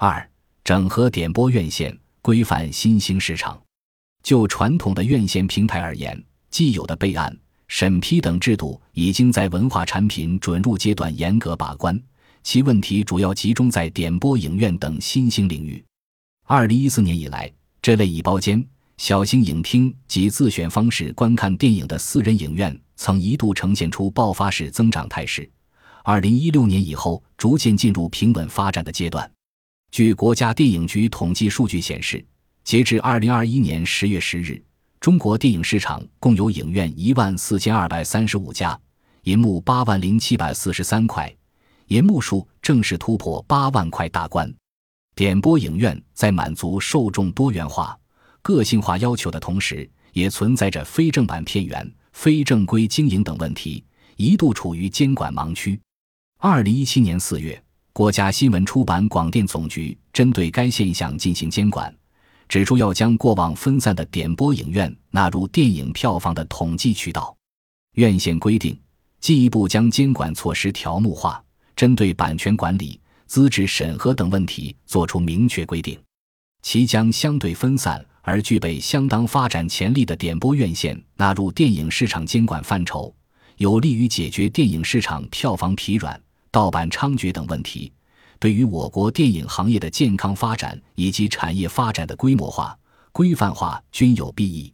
2. 整合点播院线，规范新兴市场。就传统的院线平台而言，既有的备案、审批等制度已经在文化产品准入阶段严格把关，其问题主要集中在点播影院等新兴领域。2014年以来，这类以包间、小型影厅及自选方式观看电影的私人影院曾一度呈现出爆发式增长态势，2016年以后逐渐进入平稳发展的阶段。据国家电影局统计数据显示，截至2021年10月10日，中国电影市场共有影院14235家，银幕80743块，银幕数正式突破8万块大关。点播影院在满足受众多元化、个性化要求的同时，也存在着非正版片源、非正规经营等问题，一度处于监管盲区。2017年4月，国家新闻出版广电总局针对该现象进行监管，指出要将过往分散的点播影院纳入电影票房的统计渠道。院线规定进一步将监管措施条目化，针对版权管理、资质审核等问题作出明确规定，其将相对分散而具备相当发展潜力的点播院线纳入电影市场监管范畴，有利于解决电影市场票房疲软、盗版猖獗等问题，对于我国电影行业的健康发展以及产业发展的规模化、规范化均有裨益。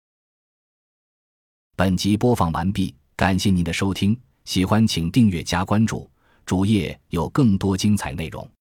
本集播放完毕，感谢您的收听，喜欢请订阅加关注，主页有更多精彩内容。